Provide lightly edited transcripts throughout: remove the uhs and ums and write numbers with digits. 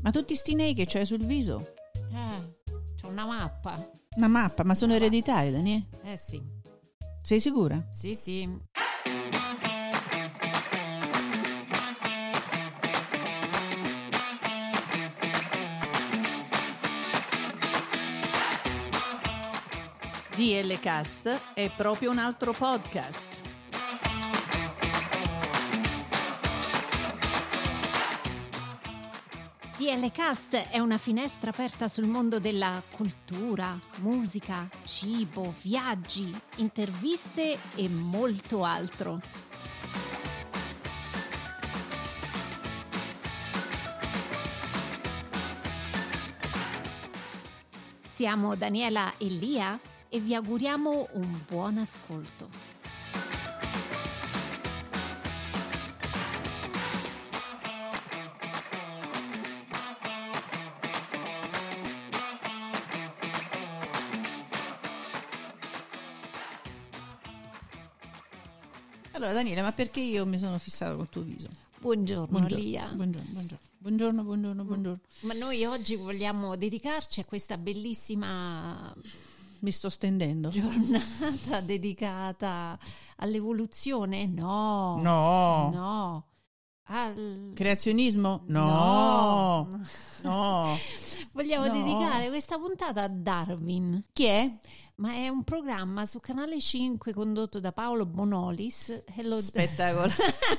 Ma tutti sti nei che c'hai sul viso? C'ho una mappa. Una mappa, ma sono ereditari, Daniele? Sì. Sei sicura? Sì, sì. DL Cast è proprio un altro podcast. DL Cast è una finestra aperta sul mondo della cultura, musica, cibo, viaggi, interviste e molto altro. Siamo Daniela e Lia e vi auguriamo un buon ascolto. Allora Daniele, ma perché io mi sono fissato col tuo viso? Buongiorno Lia. Buongiorno. Ma noi oggi vogliamo dedicarci a questa bellissima Mi sto stendendo. giornata dedicata all'evoluzione? No. Creazionismo? No. Vogliamo No. dedicare questa puntata a Darwin. Chi è? Ma è un programma su Canale 5 condotto da Paolo Bonolis. Spettacolo.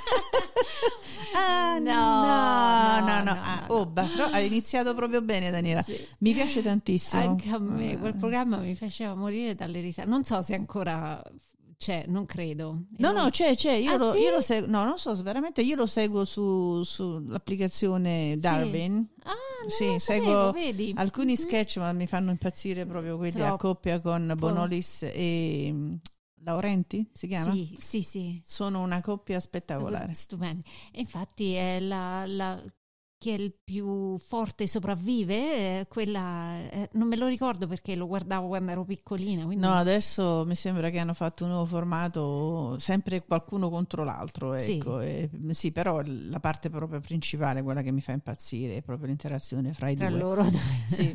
Però hai iniziato proprio bene, Daniela. Sì. Mi piace tantissimo. Anche a me, quel programma mi faceva morire dalle risate. Non so se ancora c'è, non credo. C'è. Io lo seguo. No, non so, veramente io lo seguo sull'applicazione Darwin. Sì, seguo vedi? alcuni sketch, ma mi fanno impazzire proprio quelli a coppia con Bonolis e Laurenti, si chiama? Sì. Sono una coppia spettacolare. Stupendi. E infatti è chi è il più forte sopravvive, quella non me lo ricordo perché lo guardavo quando ero piccolina. Quindi... No, adesso mi sembra che hanno fatto un nuovo formato, sempre qualcuno contro l'altro, ecco. Sì, però la parte proprio principale, quella che mi fa impazzire, è proprio l'interazione fra i due. Loro. Sì.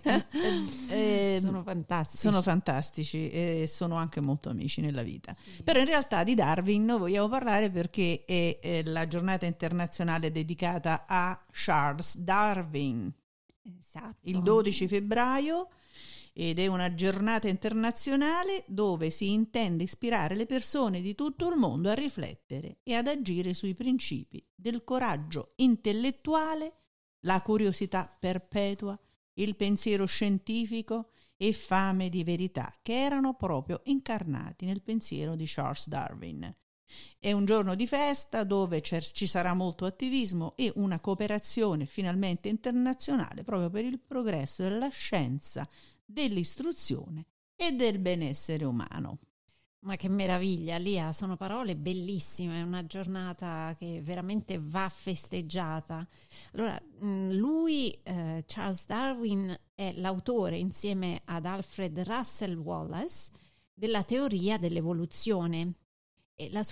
Sono fantastici. Sono fantastici e sono anche molto amici nella vita. Sì. Però in realtà di Darwin vogliamo parlare perché è la giornata internazionale dedicata a Charles Darwin. Esatto. Il 12 febbraio, ed è una giornata internazionale dove si intende ispirare le persone di tutto il mondo a riflettere e ad agire sui principi del coraggio intellettuale, la curiosità perpetua, il pensiero scientifico e fame di verità che erano proprio incarnati nel pensiero di Charles Darwin. È un giorno di festa dove ci sarà molto attivismo e una cooperazione finalmente internazionale proprio per il progresso della scienza, dell'istruzione e del benessere umano. Ma che meraviglia, Lia, sono parole bellissime, è una giornata che veramente va festeggiata. Allora, lui, Charles Darwin, è l'autore insieme ad Alfred Russel Wallace della teoria dell'evoluzione. E la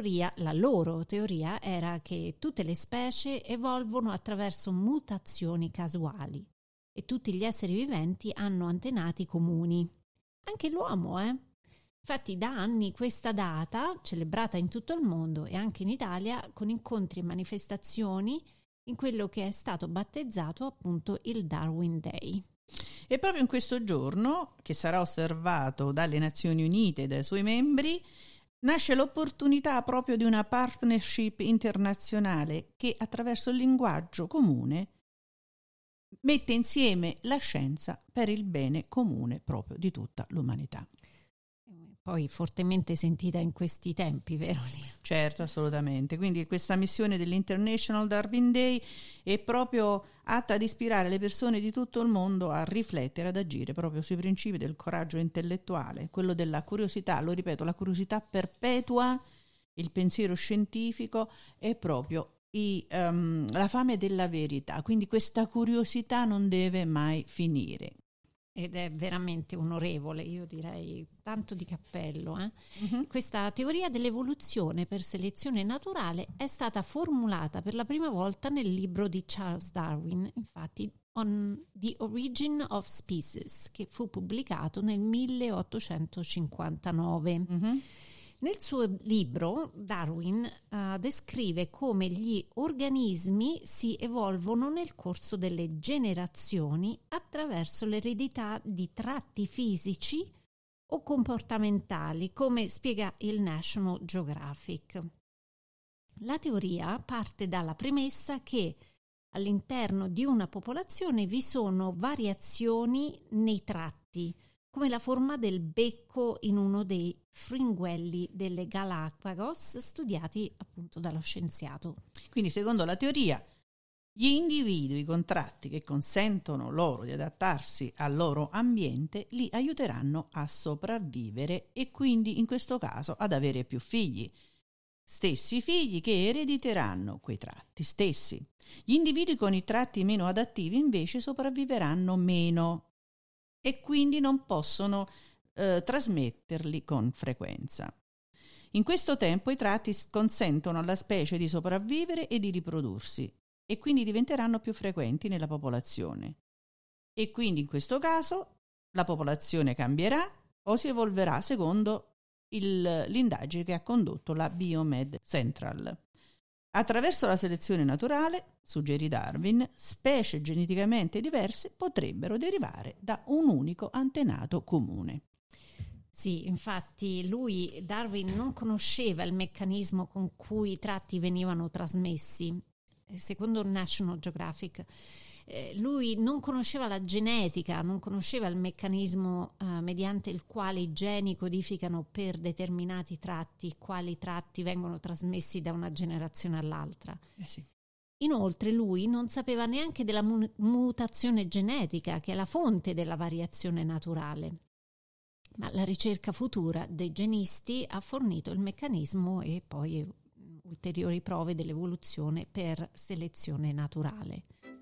loro teoria era che tutte le specie evolvono attraverso mutazioni casuali e tutti gli esseri viventi hanno antenati comuni. Anche l'uomo, Infatti da anni questa data, celebrata in tutto il mondo e anche in Italia, con incontri e manifestazioni in quello che è stato battezzato appunto il Darwin Day. E proprio in questo giorno, che sarà osservato dalle Nazioni Unite e dai suoi membri, nasce l'opportunità proprio di una partnership internazionale che attraverso il linguaggio comune mette insieme la scienza per il bene comune proprio di tutta l'umanità. Poi fortemente sentita in questi tempi, vero Lia? Certo, assolutamente. Quindi questa missione dell'International Darwin Day è proprio atta ad ispirare le persone di tutto il mondo a riflettere, ad agire proprio sui principi del coraggio intellettuale, quello della curiosità, lo ripeto, la curiosità perpetua, il pensiero scientifico e proprio la fame della verità. Quindi questa curiosità non deve mai finire. ed è veramente onorevole, io direi tanto di cappello. Questa teoria dell'evoluzione per selezione naturale è stata formulata per la prima volta nel libro di Charles Darwin, infatti On the Origin of Species, che fu pubblicato nel 1859. Nel suo libro Darwin descrive come gli organismi si evolvono nel corso delle generazioni attraverso l'eredità di tratti fisici o comportamentali, come spiega il National Geographic. La teoria parte dalla premessa che all'interno di una popolazione vi sono variazioni nei tratti, come la forma del becco in uno dei fringuelli delle Galapagos, studiati appunto dallo scienziato. Quindi, secondo la teoria, gli individui con tratti che consentono loro di adattarsi al loro ambiente li aiuteranno a sopravvivere e quindi, in questo caso, ad avere più figli. Stessi figli che erediteranno quei tratti stessi. Gli individui con i tratti meno adattivi invece sopravviveranno meno e quindi non possono trasmetterli con frequenza. In questo tempo i tratti consentono alla specie di sopravvivere e di riprodursi e quindi diventeranno più frequenti nella popolazione. E quindi in questo caso la popolazione cambierà o si evolverà secondo l'indagine che ha condotto la Biomed Central. Attraverso la selezione naturale, suggerì Darwin, specie geneticamente diverse potrebbero derivare da un unico antenato comune. Sì, infatti Darwin non conosceva il meccanismo con cui i tratti venivano trasmessi. Secondo National Geographic, lui non conosceva la genetica, non conosceva il meccanismo mediante il quale i geni codificano per determinati tratti, quali tratti vengono trasmessi da una generazione all'altra. Sì. Inoltre lui non sapeva neanche della mutazione genetica, che è la fonte della variazione naturale. Ma la ricerca futura dei genisti ha fornito il meccanismo e poi ulteriori prove dell'evoluzione per selezione naturale.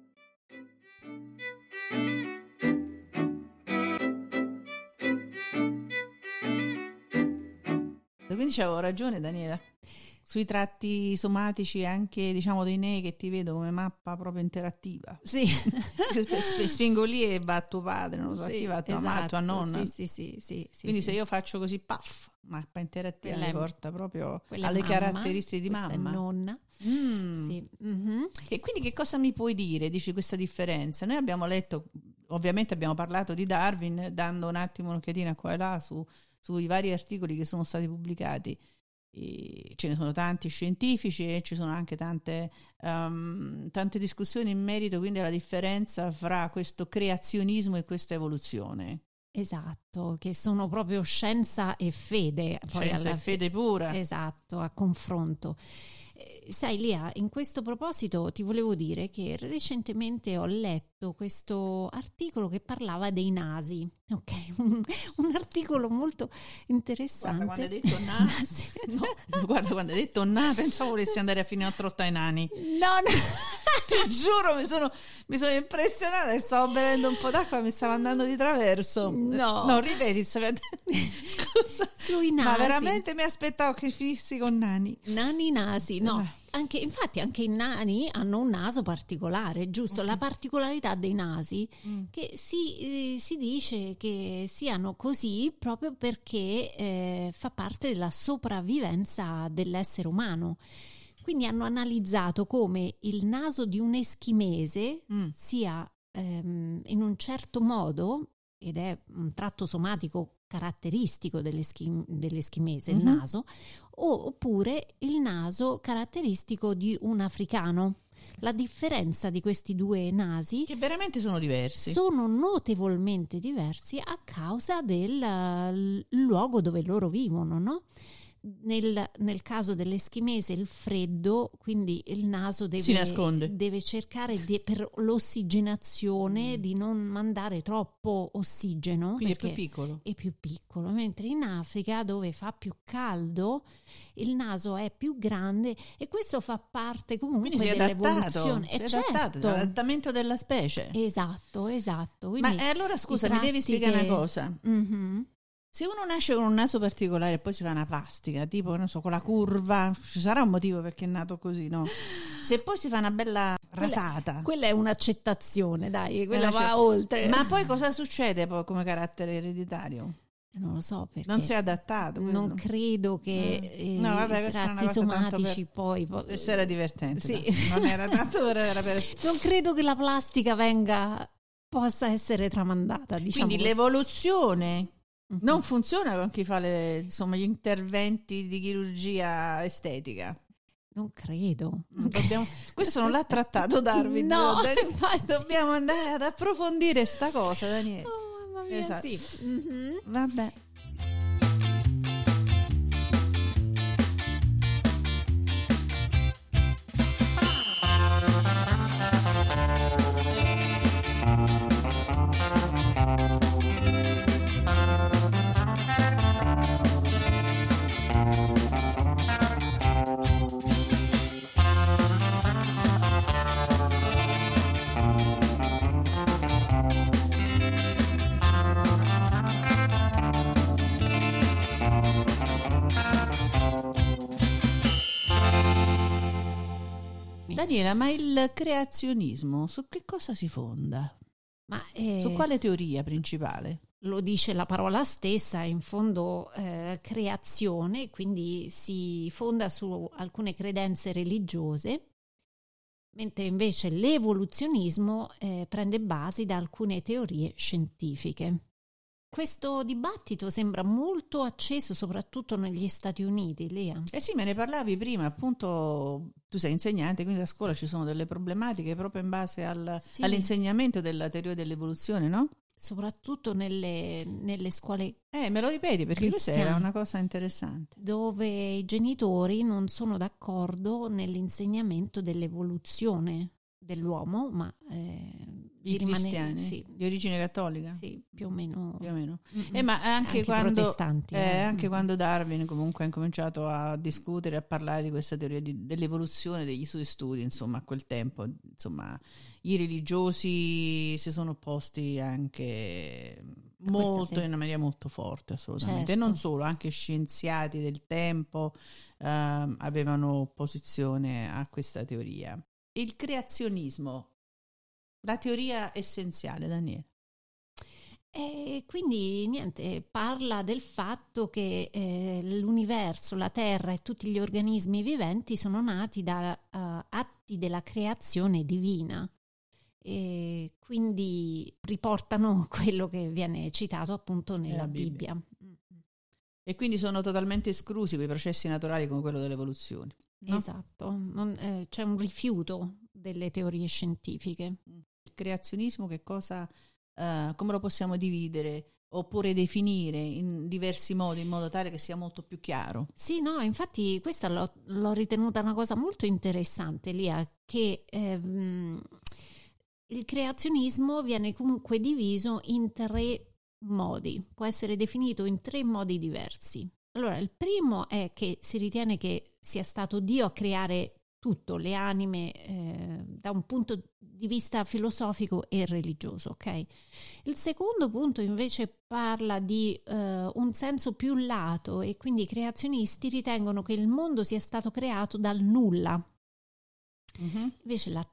Quindi avevo ragione, Daniela, sui tratti somatici anche, diciamo, dei nei, che ti vedo come mappa proprio interattiva. Sì. Spingo lì e va a tuo padre, non so, sì, chi va a tua mamma, a tua nonna. Sì. Quindi se io faccio così, paff, mappa interattiva mi porta proprio alle mamma, caratteristiche di mamma. È nonna. Sì. Mm-hmm. E quindi che cosa mi puoi dire, dici, questa differenza? Noi abbiamo letto, ovviamente abbiamo parlato di Darwin, dando un attimo un'occhiatina qua e là sui vari articoli che sono stati pubblicati. E ce ne sono tanti scientifici e ci sono anche tante discussioni in merito quindi alla differenza fra questo creazionismo e questa evoluzione. Esatto, che sono proprio scienza e fede. Scienza e fede pura. Esatto, a confronto. Sai Lia, in questo proposito ti volevo dire che recentemente ho letto questo articolo che parlava dei nasi, ok? Un articolo molto interessante. Guarda, quando hai detto nasi, no, guarda, quando hai detto pensavo volessi andare a finire a trotta ai nani. No. Ti giuro, mi sono impressionata e stavo bevendo un po' d'acqua e mi stava andando di traverso. No, ripeti, scusa. Sui nasi. Ma veramente mi aspettavo che finissi con nasi, no. Anche i nani hanno un naso particolare, giusto? Okay. La particolarità dei nasi che si dice che siano così proprio perché fa parte della sopravvivenza dell'essere umano. Quindi hanno analizzato come il naso di un eschimese sia in un certo modo, ed è un tratto somatico caratteristico dell'eschimese, il naso, oppure il naso caratteristico di un africano. La differenza di questi due nasi, che veramente sono diversi, sono notevolmente diversi a causa del luogo dove loro vivono, no? nel caso dell'eschimese il freddo, quindi il naso si nasconde. deve cercare per l'ossigenazione di non mandare troppo ossigeno. Quindi è più piccolo. È più piccolo, mentre in Africa, dove fa più caldo, il naso è più grande, e questo fa parte comunque dell'evoluzione. Si è adattato, l'adattamento della specie. Esatto. Quindi ma allora scusa, mi devi spiegare una cosa. Se uno nasce con un naso particolare e poi si fa una plastica, tipo, non so, con la curva, ci sarà un motivo perché è nato così, no? Se poi si fa una bella rasata. Quella è un'accettazione, dai, quella va oltre. Ma poi cosa succede poi come carattere ereditario? Non lo so, perché non si è adattato. Non credo che i tratti somatici poi... Questo era divertente. Sì. Non era tanto era per... Non credo che la plastica possa essere tramandata, diciamo. Quindi l'evoluzione non funziona con chi fa gli interventi di chirurgia estetica. Non credo. Questo non l'ha trattato Darwin. No, dobbiamo andare ad approfondire sta cosa, Daniele. Oh, mamma mia, esatto. Sì. Vabbè. Daniela, ma il creazionismo su che cosa si fonda? Su quale teoria principale? Lo dice la parola stessa, in fondo creazione, quindi si fonda su alcune credenze religiose, mentre invece l'evoluzionismo prende basi da alcune teorie scientifiche. Questo dibattito sembra molto acceso soprattutto negli Stati Uniti, Lea. Sì, me ne parlavi prima, appunto tu sei insegnante, quindi a scuola ci sono delle problematiche proprio in base all'insegnamento della teoria dell'evoluzione, no? Soprattutto nelle scuole me lo ripeti perché questa era una cosa interessante. Dove i genitori non sono d'accordo nell'insegnamento dell'evoluzione dell'uomo, ma i cristiani di origine cattolica? Sì, più o meno. Ma anche quando protestanti. Anche quando Darwin comunque ha incominciato a discutere, a parlare di questa teoria dell'evoluzione degli suoi studi, insomma, a quel tempo, insomma, i religiosi si sono opposti anche molto, in una maniera molto forte, assolutamente. Certo. E non solo, anche scienziati del tempo avevano opposizione a questa teoria. Il creazionismo, la teoria essenziale, Daniele. E quindi niente, parla del fatto che l'universo, la Terra e tutti gli organismi viventi sono nati da atti della creazione divina. E quindi riportano quello che viene citato appunto nella Bibbia. E quindi sono totalmente esclusi quei processi naturali come quello dell'evoluzione. No? Esatto, c'è un rifiuto delle teorie scientifiche. Il creazionismo che cosa, come lo possiamo dividere oppure definire in diversi modi, in modo tale che sia molto più chiaro? Sì, no, infatti questa l'ho ritenuta una cosa molto interessante, Lia, che il creazionismo viene comunque diviso in 3 modi, può essere definito in 3 modi diversi. Allora, il primo è che si ritiene che sia stato Dio a creare tutto, le anime, da un punto di vista filosofico e religioso, ok? Il secondo punto invece parla di un senso più lato, e quindi i creazionisti ritengono che il mondo sia stato creato dal nulla. Invece il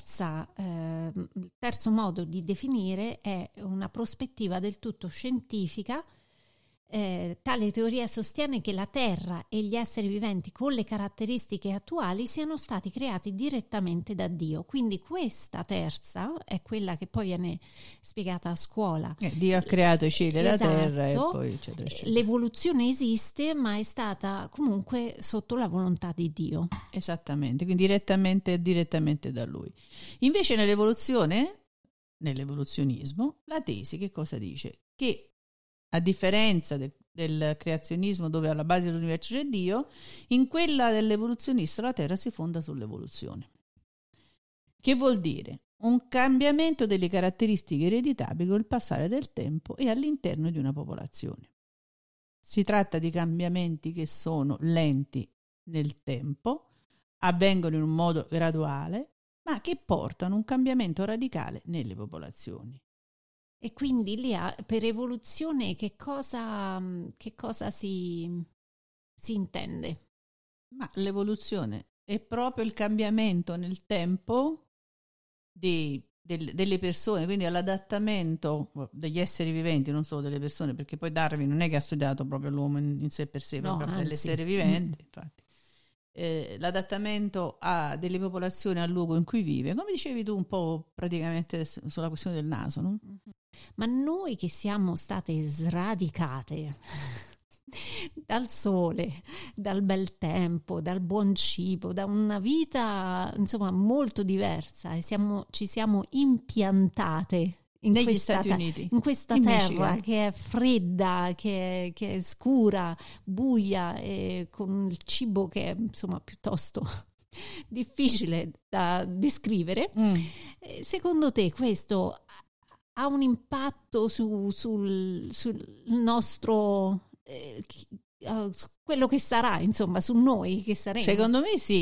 terzo modo di definire è una prospettiva del tutto scientifica. Tale teoria sostiene che la Terra e gli esseri viventi con le caratteristiche attuali siano stati creati direttamente da Dio. Quindi questa terza è quella che poi viene spiegata a scuola. Dio ha creato i cieli e la terra e poi eccetera, eccetera. L'evoluzione esiste, ma è stata comunque sotto la volontà di Dio. Esattamente, quindi direttamente da Lui. Invece nell'evoluzionismo, la tesi che cosa dice? Che a differenza del creazionismo, dove alla base dell'universo c'è Dio, in quella dell'evoluzionista la Terra si fonda sull'evoluzione. Che vuol dire? Un cambiamento delle caratteristiche ereditabili col passare del tempo e all'interno di una popolazione. Si tratta di cambiamenti che sono lenti nel tempo, avvengono in un modo graduale, ma che portano un cambiamento radicale nelle popolazioni. E quindi lì per evoluzione che cosa si intende? Ma l'evoluzione è proprio il cambiamento nel tempo delle persone, quindi all'adattamento degli esseri viventi, non solo delle persone, perché poi Darwin non è che ha studiato proprio l'uomo in sé per sé, no, proprio dell'essere vivente, infatti. L'adattamento a delle popolazioni al luogo in cui vive, come dicevi tu un po' praticamente sulla questione del naso, no? Ma noi che siamo state sradicate dal sole, dal bel tempo, dal buon cibo, da una vita insomma molto diversa e ci siamo impiantate negli Stati Uniti, in questa in terra Michigan, che è fredda, che è scura, buia e con il cibo che è insomma piuttosto difficile da descrivere. Secondo te questo ha un impatto sul nostro quello che sarà, insomma, su noi che saremo? Secondo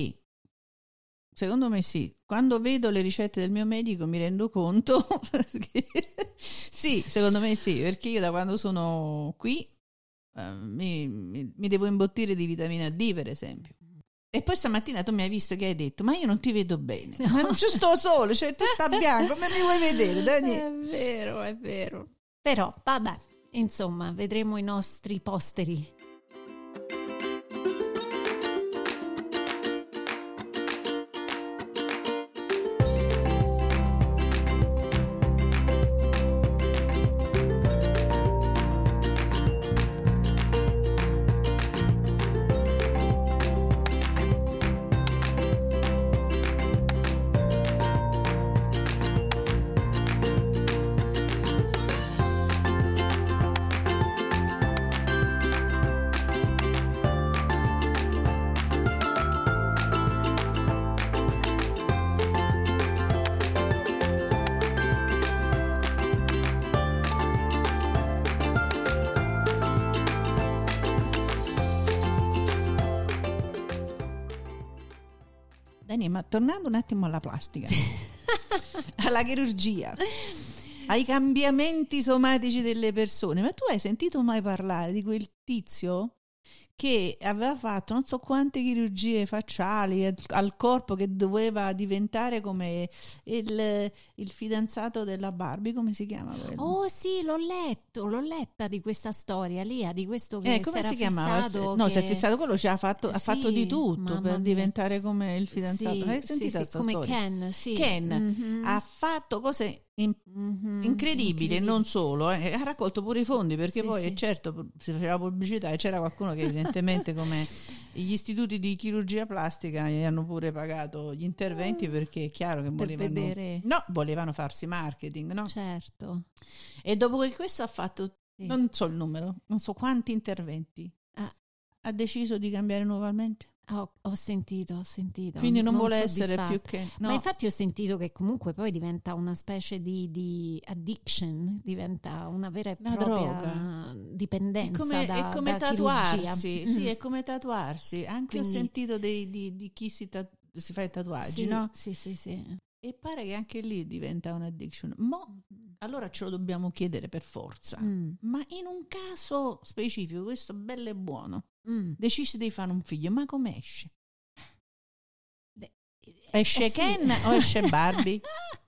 me sì. Quando vedo le ricette del mio medico mi rendo conto che sì, secondo me sì, perché io da quando sono qui mi devo imbottire di vitamina D, per esempio. E poi stamattina tu mi hai visto che hai detto: ma io non ti vedo bene, no. Ma non c'è sto sole, c'è tutta bianco, come mi vuoi vedere, Dani? È vero. Però vabbè, insomma, vedremo i nostri posteri. Dani, ma tornando un attimo alla plastica, alla chirurgia, ai cambiamenti somatici delle persone, ma tu hai sentito mai parlare di quel tizio che aveva fatto non so quante chirurgie facciali al corpo, che doveva diventare come il fidanzato della Barbie, come si chiama quello? Oh sì, l'ho letta di questa storia lì, di questo che come si si chiamava? fissato. No, si è fissato quello, ha fatto di tutto per mia. diventare come il fidanzato. Sì, Hai sentito questa come storia? Ken, sì. Ken ha fatto cose incredibili, non solo, ha raccolto pure i fondi, perché poi certo si faceva pubblicità e c'era qualcuno che evidentemente come gli istituti di chirurgia plastica gli hanno pure pagato gli interventi, perché è chiaro che volevano farsi marketing, no? Certo. E dopo che questo ha fatto non so il numero, non so quanti interventi, ha deciso di cambiare nuovamente. Ho sentito. Quindi non vuole essere più che... No. Ma infatti ho sentito che comunque poi diventa una specie di addiction, diventa una vera e propria droga, dipendenza è come da tatuarsi, chirurgia. sì, è come tatuarsi. Anche quindi, ho sentito di chi si fa i tatuaggi, no? Sì. E pare che anche lì diventa un'addiction. Allora ce lo dobbiamo chiedere per forza. Ma in un caso specifico, questo bello e buono, decisi di fare un figlio, ma come esce? Esce Ken o esce Barbie?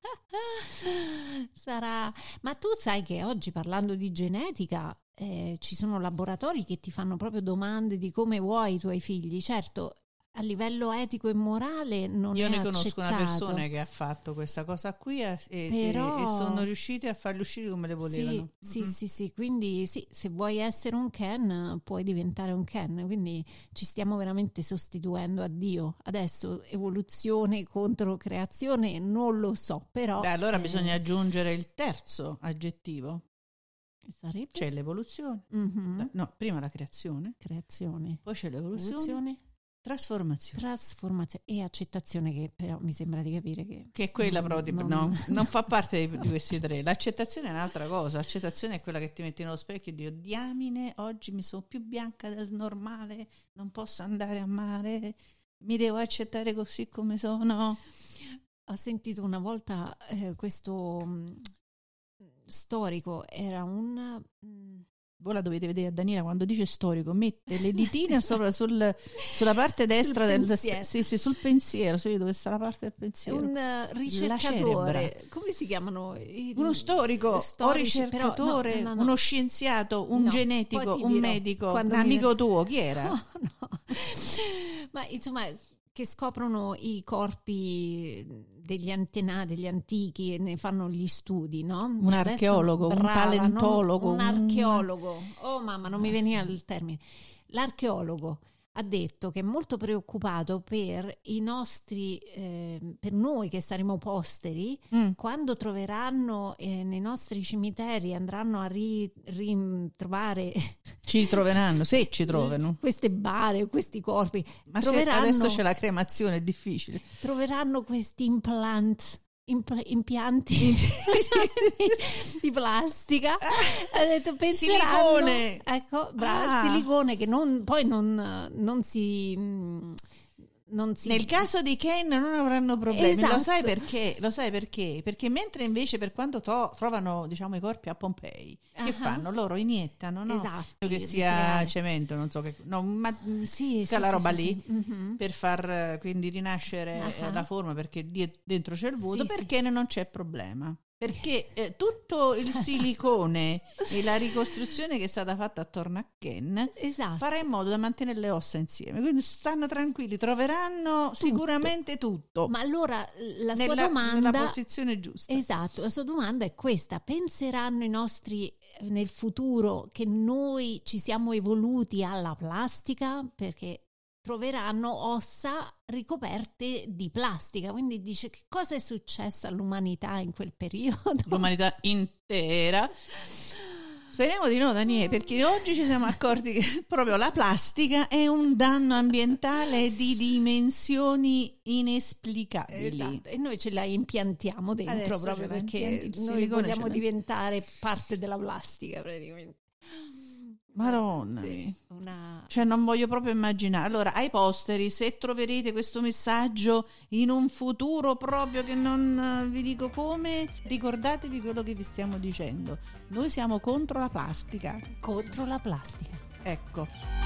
Sarà. Ma tu sai che oggi, parlando di genetica, ci sono laboratori che ti fanno proprio domande di come vuoi i tuoi figli. Certo, a livello etico e morale non io è ne conosco accettato. Una persona che ha fatto questa cosa qui e sono riusciti a farli uscire come le volevano. Sì, quindi sì, se vuoi essere un Ken puoi diventare un Ken, quindi ci stiamo veramente sostituendo a Dio. Adesso evoluzione contro creazione non lo so, però allora bisogna aggiungere il terzo aggettivo, Che sarebbe? C'è l'evoluzione, Mhm. no, prima la creazione, Creazione, poi c'è l'evoluzione, evoluzione, trasformazione, trasformazione e accettazione, che però mi sembra di capire che è quella non, proprio, non- non fa parte di questi tre. L'accettazione è un'altra cosa, l'accettazione è quella che ti metti nello specchio e dici, diamine, oggi mi sono più bianca del normale, non posso andare a mare, mi devo accettare così come sono. Ho sentito una volta questo storico, era un... Voi la dovete vedere a Daniela quando dice storico, mette le ditine sopra sulla parte destra Sul del pensiero. sì, sul pensiero, sì, dove sta la parte del pensiero. un La ricercatore, cerebra. come si chiamano? Uno storico, o Storici, però, ricercatore, no. uno scienziato, un No, genetico, poi ti un dirò, medico, un quando mi amico tuo, chi era? No. Ma insomma, che scoprono i corpi degli antenati, degli antichi, e ne fanno gli studi, no? Un Adesso, archeologo, un brava, paleontologo, un archeologo. Oh mamma, non mi veniva il termine. L'archeologo ha detto che è molto preoccupato per i nostri, per noi che saremo posteri, quando troveranno nei nostri cimiteri, andranno a ritrovare Ci troveranno, se ci trovano. queste bare, questi corpi, Ma troveranno, adesso c'è la cremazione, è difficile. troveranno questi impianti di plastica. Ha detto, penseranno, Silicone. ecco, brava, Ah. silicone che poi non si Nel caso di Ken non avranno problemi. Esatto. Lo sai perché? Lo sai perché? Perché mentre invece per quando trovano, diciamo, i corpi a Pompei, che fanno? Loro iniettano, no? Esatto, Che sia ricreare. cemento, non so che, no, ma Sì, quella roba sì, lì, sì. Mhm. per far quindi rinascere la forma, perché dentro c'è il vuoto, Sì, perché non c'è problema. Perché tutto il silicone e la ricostruzione che è stata fatta attorno a Ken Esatto. farà in modo da mantenere le ossa insieme. Quindi stanno tranquilli, troveranno sicuramente tutto. Ma allora la sua nella domanda, posizione giusta. esatto, la sua domanda è questa: penseranno i nostri nel futuro che noi ci siamo evoluti alla plastica? Perché troveranno ossa ricoperte di plastica, quindi dice, che cosa è successo all'umanità in quel periodo? L'umanità intera. Speriamo di no, Daniele, perché oggi ci siamo accorti che proprio la plastica è un danno ambientale di dimensioni inesplicabili. Esatto. E noi ce la impiantiamo dentro. Adesso proprio ce la perché impianti, il noi silicone vogliamo ce l'ha. diventare parte della plastica praticamente. Madonna Sì, mia. una... Cioè non voglio proprio immaginare. Allora, ai posteri, se troverete questo messaggio in un futuro proprio che non vi dico come, ricordatevi quello che vi stiamo dicendo. Noi siamo contro la plastica. contro la plastica. Ecco.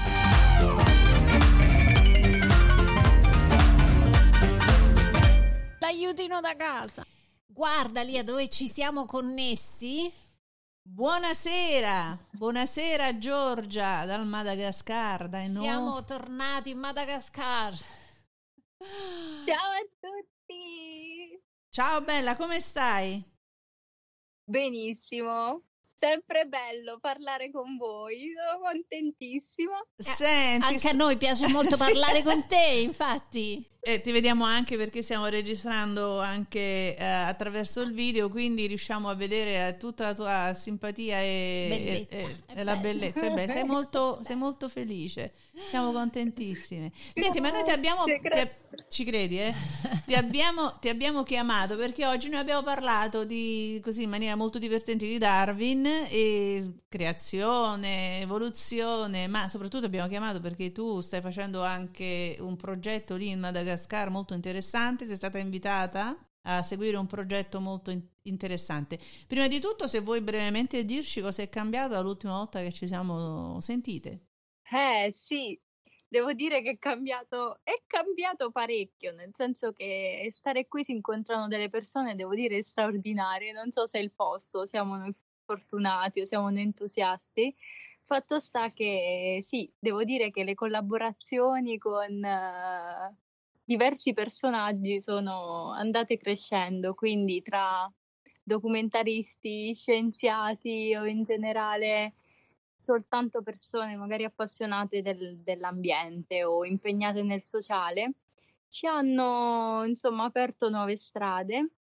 L'aiutino da casa. Guarda lì a dove ci siamo connessi. Buonasera, buonasera Giorgia dal Madagascar, dai no. Siamo tornati in Madagascar. Ciao a tutti! Ciao bella, come stai? Benissimo, sempre bello parlare con voi, sono contentissima. Senti, Anche a noi piace molto Sì. parlare con te, infatti. Ti vediamo anche perché stiamo registrando anche attraverso il video, quindi riusciamo a vedere tutta la tua simpatia e Bellezza. la bellezza. Beh, sei molto felice, siamo contentissime. Senti, ma noi ci credi, eh? Ti abbiamo chiamato perché oggi noi abbiamo parlato così in maniera molto divertente di Darwin e creazione, evoluzione, ma soprattutto abbiamo chiamato perché tu stai facendo anche un progetto lì in Madagascar molto interessante, sei stata invitata a seguire un progetto molto interessante. Prima di tutto, se vuoi brevemente dirci cosa è cambiato dall'ultima volta che ci siamo sentite. Sì, devo dire che è cambiato parecchio, nel senso che stare qui si incontrano delle persone, devo dire, straordinarie. Non so se è il posto, siamo noi fortunati o siamo noi entusiasti. Fatto sta che sì, devo dire che le collaborazioni con diversi personaggi sono andate crescendo, quindi tra documentaristi, scienziati o in generale soltanto persone magari appassionate dell'ambiente o impegnate nel sociale, ci hanno insomma aperto nuove strade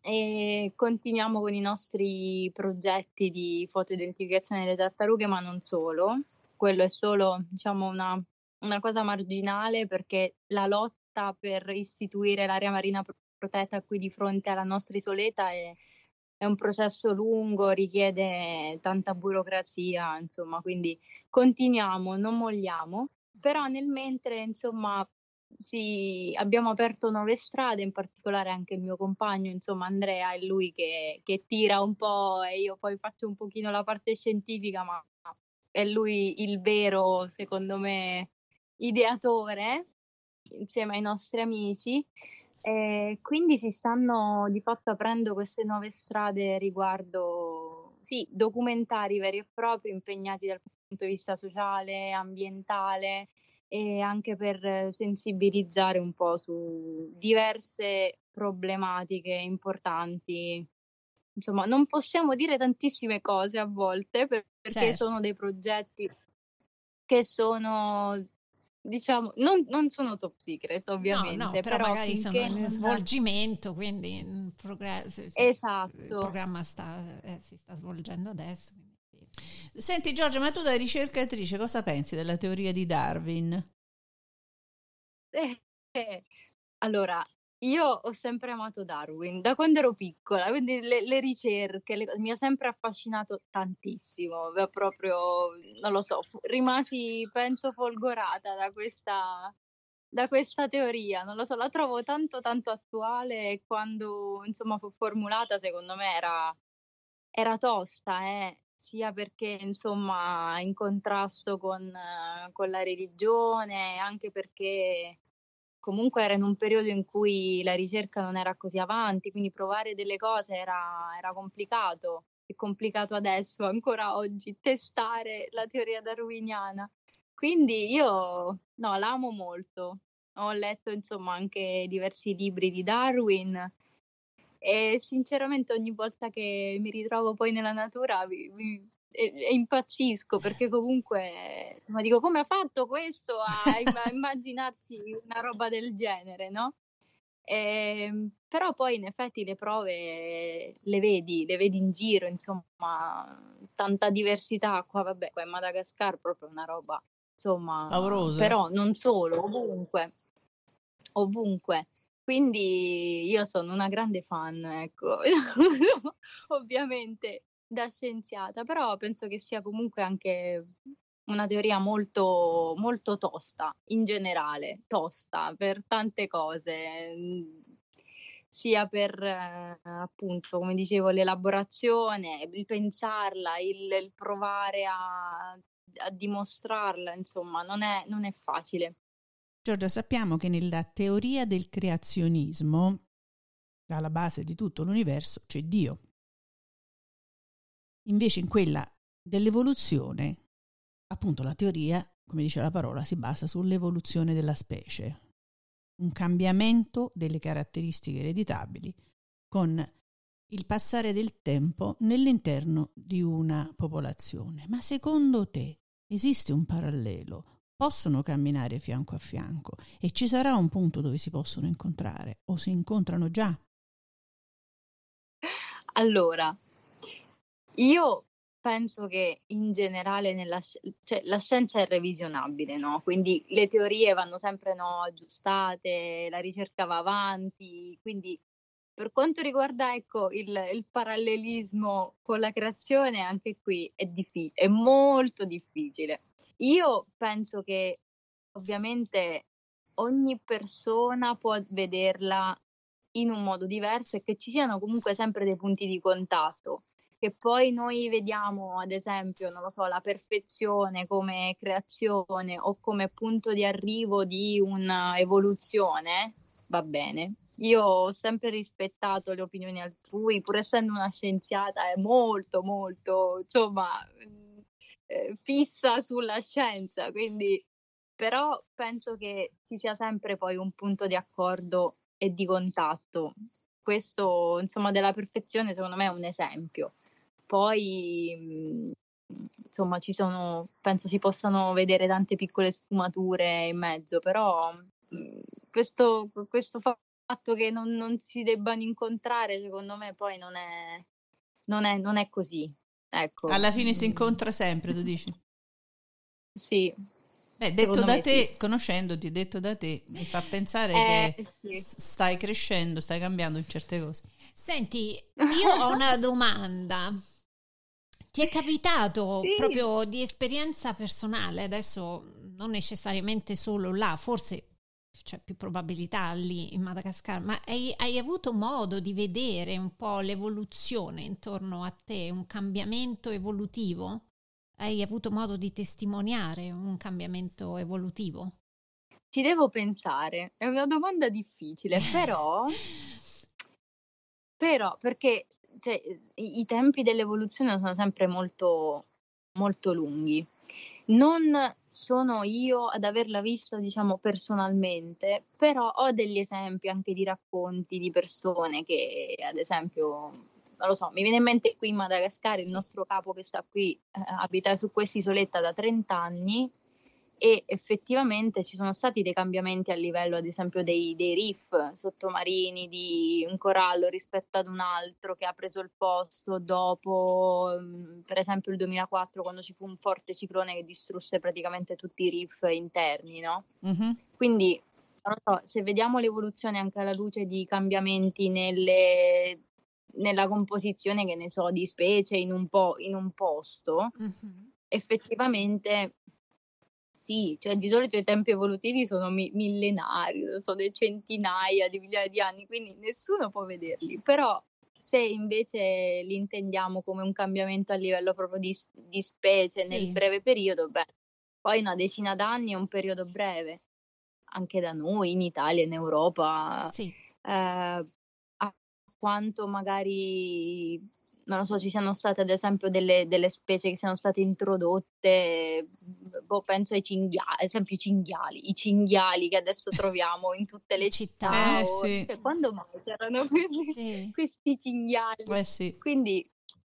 e continuiamo con i nostri progetti di fotoidentificazione delle tartarughe, ma non solo. Quello è solo, diciamo, una cosa marginale, perché la lotta per istituire l'area marina protetta qui di fronte alla nostra isoletta è un processo lungo, richiede tanta burocrazia, insomma, quindi continuiamo, non molliamo, però nel mentre, insomma, abbiamo aperto nuove strade, in particolare anche il mio compagno, insomma Andrea, è lui che tira un po' e io poi faccio un pochino la parte scientifica, ma è lui il vero, secondo me, ideatore, insieme ai nostri amici. Quindi si stanno di fatto aprendo queste nuove strade riguardo, sì, documentari veri e propri, impegnati dal punto di vista sociale, ambientale, e anche per sensibilizzare un po' su diverse problematiche importanti. Insomma, non possiamo dire tantissime cose a volte perché Certo. sono dei progetti che sono, diciamo, non sono top secret, No, ovviamente, però però magari sono finché in non... svolgimento, quindi il Esatto. programma si sta svolgendo adesso. Quindi sì. Senti Giorgia, ma tu da ricercatrice cosa pensi della teoria di Darwin? Eh, Allora, io ho sempre amato Darwin da quando ero piccola, quindi le ricerche mi ha sempre affascinato tantissimo, proprio, non lo so, rimasi, penso, folgorata da questa teoria, non lo so, la trovo tanto tanto attuale, e quando, insomma, fu formulata, secondo me era tosta, sia perché, insomma, in contrasto con la religione, anche perché comunque era in un periodo in cui la ricerca non era così avanti, quindi provare delle cose era complicato. È complicato adesso, ancora oggi, testare la teoria darwiniana. Quindi io, no, l'amo molto. Ho letto, insomma, anche diversi libri di Darwin, e sinceramente ogni volta che mi ritrovo poi nella natura e impazzisco, perché comunque, ma dico, come ha fatto questo a immaginarsi una roba del genere, no? Però poi in effetti le prove le vedi in giro, insomma, tanta diversità qua, vabbè, qua in Madagascar proprio una roba, insomma, Paurosa? però non solo, ovunque. Quindi io sono una grande fan, ecco, ovviamente da scienziata, però penso che sia comunque anche una teoria molto, molto tosta, in generale, tosta per tante cose, sia per appunto, come dicevo, l'elaborazione, il pensarla, il provare a dimostrarla, insomma, non è facile. Giorgia, sappiamo che nella teoria del creazionismo, alla base di tutto l'universo, c'è Dio. Invece in quella dell'evoluzione, appunto la teoria, come dice la parola, si basa sull'evoluzione della specie, un cambiamento delle caratteristiche ereditabili con il passare del tempo nell'interno di una popolazione. Ma secondo te esiste un parallelo? Possono camminare fianco a fianco e ci sarà un punto dove si possono incontrare o si incontrano già? Allora, io penso che in generale cioè, la scienza è revisionabile, no? Quindi le teorie vanno sempre, no, aggiustate, la ricerca va avanti, quindi per quanto riguarda, ecco, il parallelismo con la creazione, anche qui è molto difficile. Io penso che ovviamente ogni persona può vederla in un modo diverso, e che ci siano comunque sempre dei punti di contatto, che poi noi vediamo, ad esempio, non lo so, la perfezione come creazione o come punto di arrivo di un'evoluzione, va bene. Io ho sempre rispettato le opinioni altrui, pur essendo una scienziata, è molto, molto, insomma, fissa sulla scienza, quindi però penso che ci sia sempre poi un punto di accordo e di contatto. Questo, insomma, della perfezione secondo me è un esempio. Poi, insomma, penso si possano vedere tante piccole sfumature in mezzo, però questo fatto che non si debbano incontrare, secondo me poi non è così. Ecco. Alla fine si incontra sempre, tu dici? Sì, Beh, detto secondo da me te, sì. conoscendoti, detto da te, mi fa pensare che Sì. stai crescendo, stai cambiando in certe cose. Senti, io ho una domanda. Ti è capitato Sì. proprio di esperienza personale, adesso non necessariamente solo là, forse c'è più probabilità lì in Madagascar, ma hai avuto modo di vedere un po' l'evoluzione intorno a te, un cambiamento evolutivo? Hai avuto modo di testimoniare un cambiamento evolutivo? Ci devo pensare, è una domanda difficile, però perché cioè, i tempi dell'evoluzione sono sempre molto, molto lunghi. Non sono io ad averla vista, diciamo, personalmente, però ho degli esempi anche di racconti di persone che, ad esempio, non lo so, mi viene in mente qui in Madagascar il nostro capo che sta qui, abita su quest'isoletta da 30 anni e effettivamente ci sono stati dei cambiamenti a livello, ad esempio, dei reef sottomarini di un corallo rispetto ad un altro che ha preso il posto dopo, per esempio, il 2004 quando ci fu un forte ciclone che distrusse praticamente tutti i reef interni, no? Mhm. Quindi, non lo so, se vediamo l'evoluzione anche alla luce di cambiamenti nella composizione, che ne so, di specie in un posto, Mhm. effettivamente sì, cioè di solito i tempi evolutivi sono millenari, sono dei centinaia di migliaia di anni, quindi nessuno può vederli. Però se invece li intendiamo come un cambiamento a livello proprio di specie nel Sì, breve periodo, beh, poi una decina d'anni è un periodo breve, anche da noi in Italia, in Europa, sì. a quanto magari, non lo so, ci siano state ad esempio delle specie che siano state introdotte, penso ai cinghiali, ad esempio i cinghiali che adesso troviamo in tutte In le città, città. Sì, cioè, quando mai c'erano Sì. questi cinghiali? sì. Quindi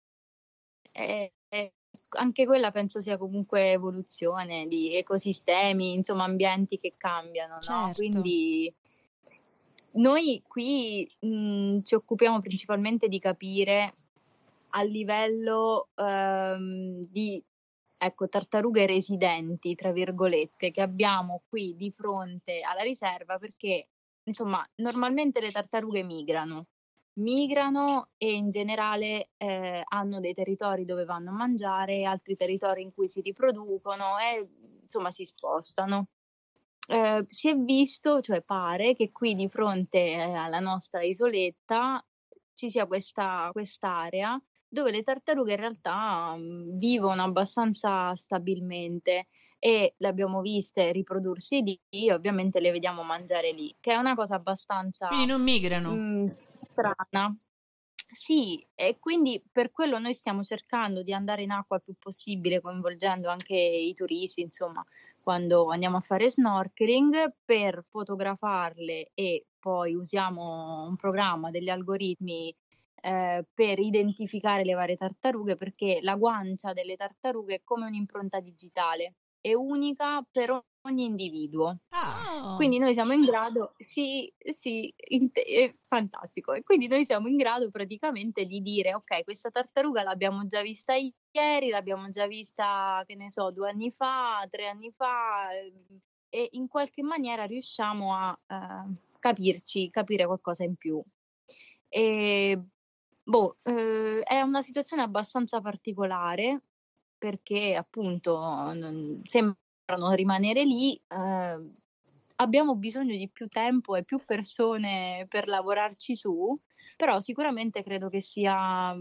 anche quella penso sia comunque evoluzione di ecosistemi, insomma ambienti che cambiano, no? Certo. Quindi noi qui ci occupiamo principalmente di capire a livello di ecco, tartarughe residenti, tra virgolette, che abbiamo qui di fronte alla riserva perché insomma normalmente le tartarughe migrano e in generale hanno dei territori dove vanno a mangiare, altri territori in cui si riproducono e insomma si spostano. Si è visto, cioè pare, che qui di fronte alla nostra isoletta ci sia quest'area dove le tartarughe in realtà vivono abbastanza stabilmente e le abbiamo viste riprodursi lì, e ovviamente le vediamo mangiare lì, che è una cosa Quindi abbastanza non migrano. strana. Sì, e quindi per quello noi stiamo cercando di andare in acqua il più possibile, coinvolgendo anche i turisti, insomma, quando andiamo a fare snorkeling per fotografarle e poi usiamo un programma, degli algoritmi per identificare le varie tartarughe perché la guancia delle tartarughe è come un'impronta digitale, è unica per ogni individuo. Ah, Oh, Quindi noi siamo in grado, sì, sì, è fantastico. E quindi noi siamo in grado praticamente di dire, ok, questa tartaruga l'abbiamo già vista ieri, l'abbiamo già vista, che ne so, 2 anni fa, 3 anni fa, e in qualche maniera riusciamo a capire qualcosa in più. E, è una situazione abbastanza particolare perché appunto sembrano rimanere lì. Abbiamo bisogno di più tempo e più persone per lavorarci su, però sicuramente credo che sia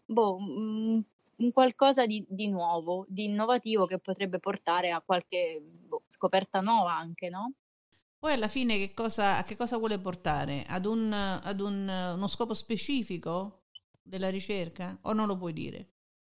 un qualcosa di nuovo, di innovativo che potrebbe portare a qualche scoperta nuova anche, no? poi alla fine a che cosa vuole portare? Uno scopo specifico della ricerca? O non lo puoi dire?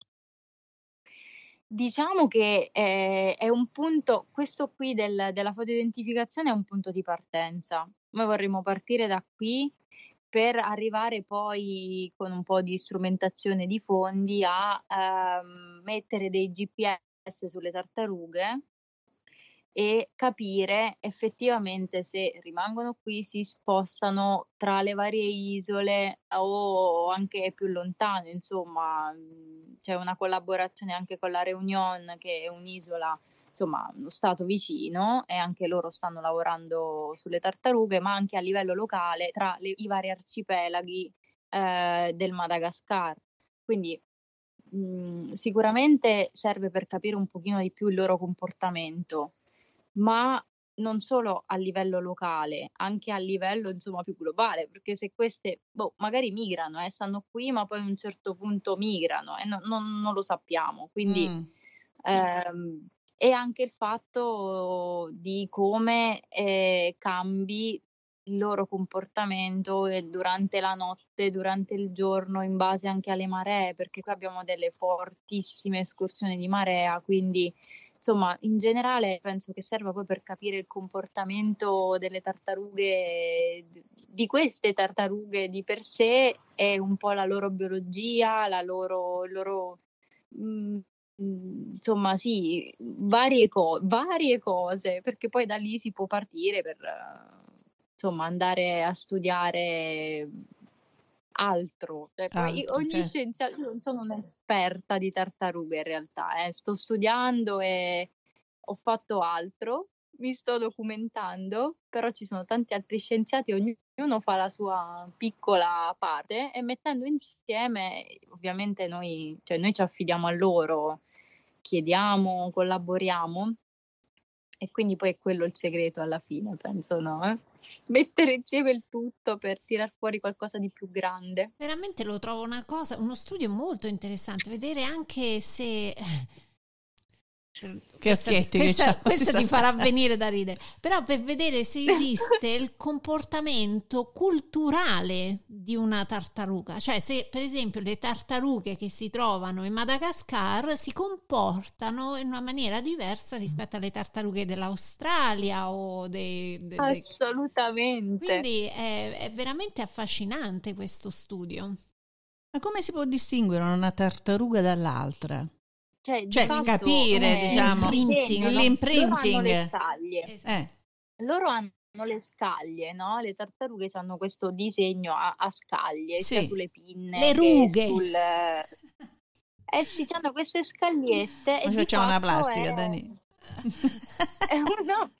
Diciamo che è un punto, questo qui della fotoidentificazione è un punto di partenza. Noi vorremmo partire da qui per arrivare poi con un po' di strumentazione di fondi a mettere dei GPS sulle tartarughe e capire effettivamente se rimangono qui, si spostano tra le varie isole o anche più lontano, insomma, c'è una collaborazione anche con la Réunion, che è un'isola, insomma, uno stato vicino, e anche loro stanno lavorando sulle tartarughe, ma anche a livello locale tra i vari arcipelaghi del Madagascar. Quindi sicuramente serve per capire un pochino di più il loro comportamento, ma non solo a livello locale, anche a livello insomma più globale, perché se queste magari migrano, stanno qui, ma poi a un certo punto migrano e non lo sappiamo. Quindi e anche il fatto di come cambi il loro comportamento durante la notte, durante il giorno, in base anche alle maree, perché qui abbiamo delle fortissime escursioni di marea, quindi insomma in generale penso che serva poi per capire il comportamento delle tartarughe, di queste tartarughe di per sé, e un po' la loro biologia, il loro insomma sì, varie cose, perché poi da lì si può partire per insomma andare a studiare altro. Cioè, poi ogni certo. scienziato, io non sono un'esperta di tartarughe in realtà, sto studiando e ho fatto altro, mi sto documentando, però ci sono tanti altri scienziati, ognuno fa la sua piccola parte, e mettendo insieme, ovviamente noi ci affidiamo a loro, chiediamo, collaboriamo, e quindi poi è quello il segreto alla fine, penso, no? Mettere insieme il tutto per tirar fuori qualcosa di più grande. Veramente lo trovo uno studio molto interessante, vedere anche se... Che occhietti che c'ha, questa ti farà venire da ridere, però per vedere se esiste il comportamento culturale di una tartaruga, cioè se per esempio le tartarughe che si trovano in Madagascar si comportano in una maniera diversa rispetto alle tartarughe dell'Australia o Assolutamente. Quindi è veramente affascinante questo studio. Ma come si può distinguere una tartaruga dall'altra? Cioè Cioè capire, diciamo, l'imprinting. Loro hanno le scaglie. Esatto. Loro hanno le scaglie, no? Le tartarughe hanno questo disegno a scaglie, Sì. sia sulle pinne le rughe. Sì, hanno queste scagliette. Ma e c'è una plastica, Dani. È una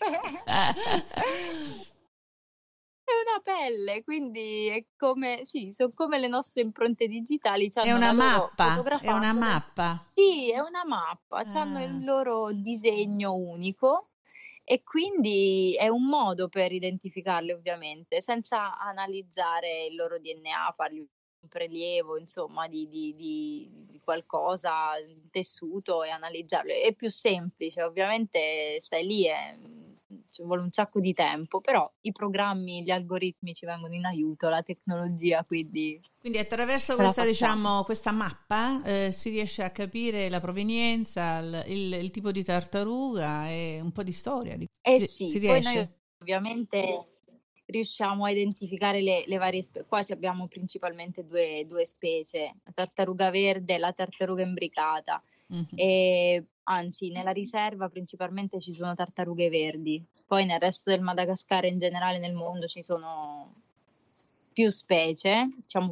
è una pelle, quindi è come, sì, sono come le nostre impronte digitali. È una mappa, è una mappa. Sì, è una mappa, hanno il loro disegno unico, e quindi è un modo per identificarle, ovviamente, senza analizzare il loro DNA, fargli un prelievo, insomma, di qualcosa, un tessuto, e analizzarlo. È più semplice, ovviamente stai lì e ci vuole un sacco di tempo, però i programmi, gli algoritmi ci vengono in aiuto, la tecnologia, quindi attraverso questa, diciamo, questa mappa si riesce a capire la provenienza, il tipo di tartaruga e un po' di storia. Sì, si poi riesce? noi ovviamente riusciamo a identificare le varie specie. Qua abbiamo principalmente due specie, la tartaruga verde e la tartaruga imbricata. E anzi, nella riserva principalmente ci sono tartarughe verdi, poi nel resto del Madagascar, in generale nel mondo, ci sono più specie, diciamo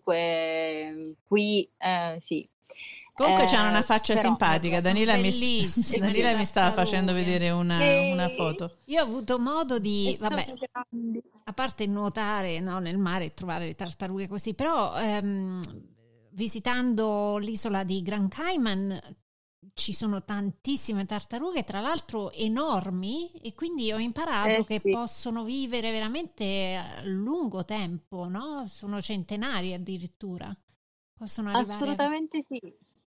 5, qui sì. Comunque c'hanno una faccia però simpatica. Daniela mi stava facendo tartarughe. vedere una foto. Io ho avuto modo di, vabbè, grandi. a parte nuotare, no, nel mare e trovare le tartarughe così, però visitando l'isola di Grand Cayman ci sono tantissime tartarughe, tra l'altro enormi, e quindi ho imparato che possono vivere veramente a lungo tempo, no? Sono centenari addirittura. Possono arrivare. Assolutamente sì.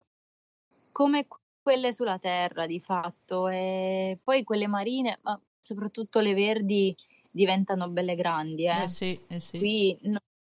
Come quelle sulla terra, di fatto. E poi quelle marine, ma soprattutto le verdi, diventano belle grandi. Sì. Qui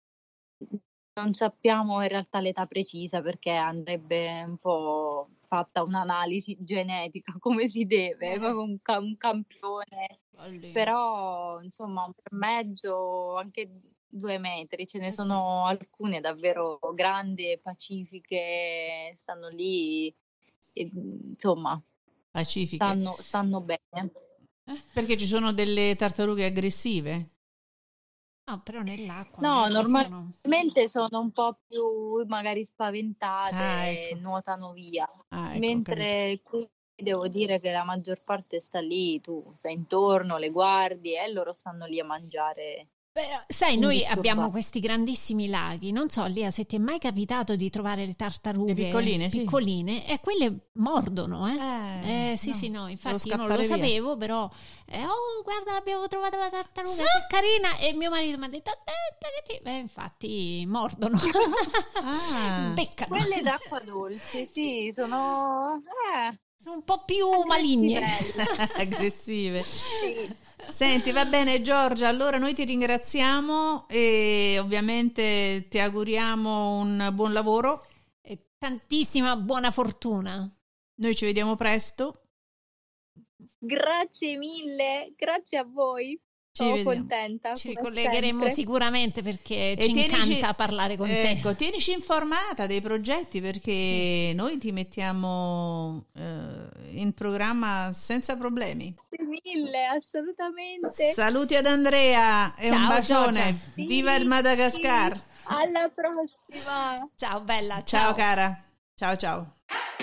non sappiamo in realtà l'età precisa, perché andrebbe un po' fatta un'analisi genetica come si deve, un campione. Però insomma un mezzo, anche 2 metri, ce ne sono alcune davvero grandi e pacifiche, stanno lì, insomma, pacifiche. stanno bene. Perché ci sono delle tartarughe aggressive? No, però nell'acqua No, non possono... normalmente sono un po' più magari spaventate Ah, e ecco. nuotano via. Ah, ecco, ho capito. Mentre qui devo dire che la maggior parte sta lì, tu stai intorno, le guardi e loro stanno lì a mangiare. Però, sai, noi indisturbati. abbiamo questi grandissimi laghi, non so, Lia, se ti è mai capitato di trovare le tartarughe Le piccoline, sì. piccoline, e quelle mordono, sì, no. sì, no, infatti Devo io non lo scappare via. sapevo, però, oh, guarda, abbiamo trovato la tartaruga, che carina, e mio marito mi ha detto, attenta che ti... infatti, mordono, beccano. Quelle d'acqua dolce, sì, sono un po' più maligne. Aggressive. Sì. Senti, va bene Giorgia, allora noi ti ringraziamo e ovviamente ti auguriamo un buon lavoro. E tantissima buona fortuna. Noi ci vediamo presto. Grazie mille, grazie a voi. Sono contenta. Ci ricollegheremo sicuramente perché ci incanta parlare con te. Ecco, tienici informata dei progetti perché noi ti mettiamo in programma senza problemi. Grazie mille, assolutamente. Saluti ad Andrea e ciao, un bacione. Giorgia. Viva il Madagascar. Alla prossima. Ciao bella. Ciao cara. Ciao ciao.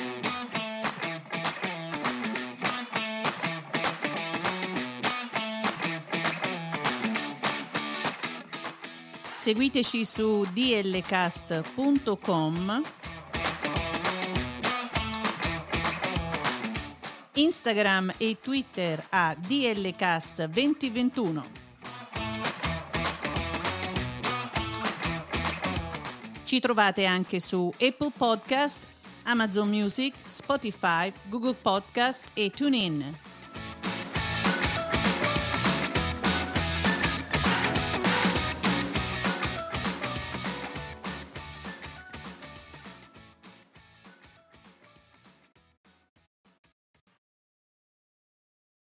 Seguiteci su dlcast.com, Instagram e Twitter a dlcast2021. Ci trovate anche su Apple Podcast, Amazon Music, Spotify, Google Podcast e TuneIn.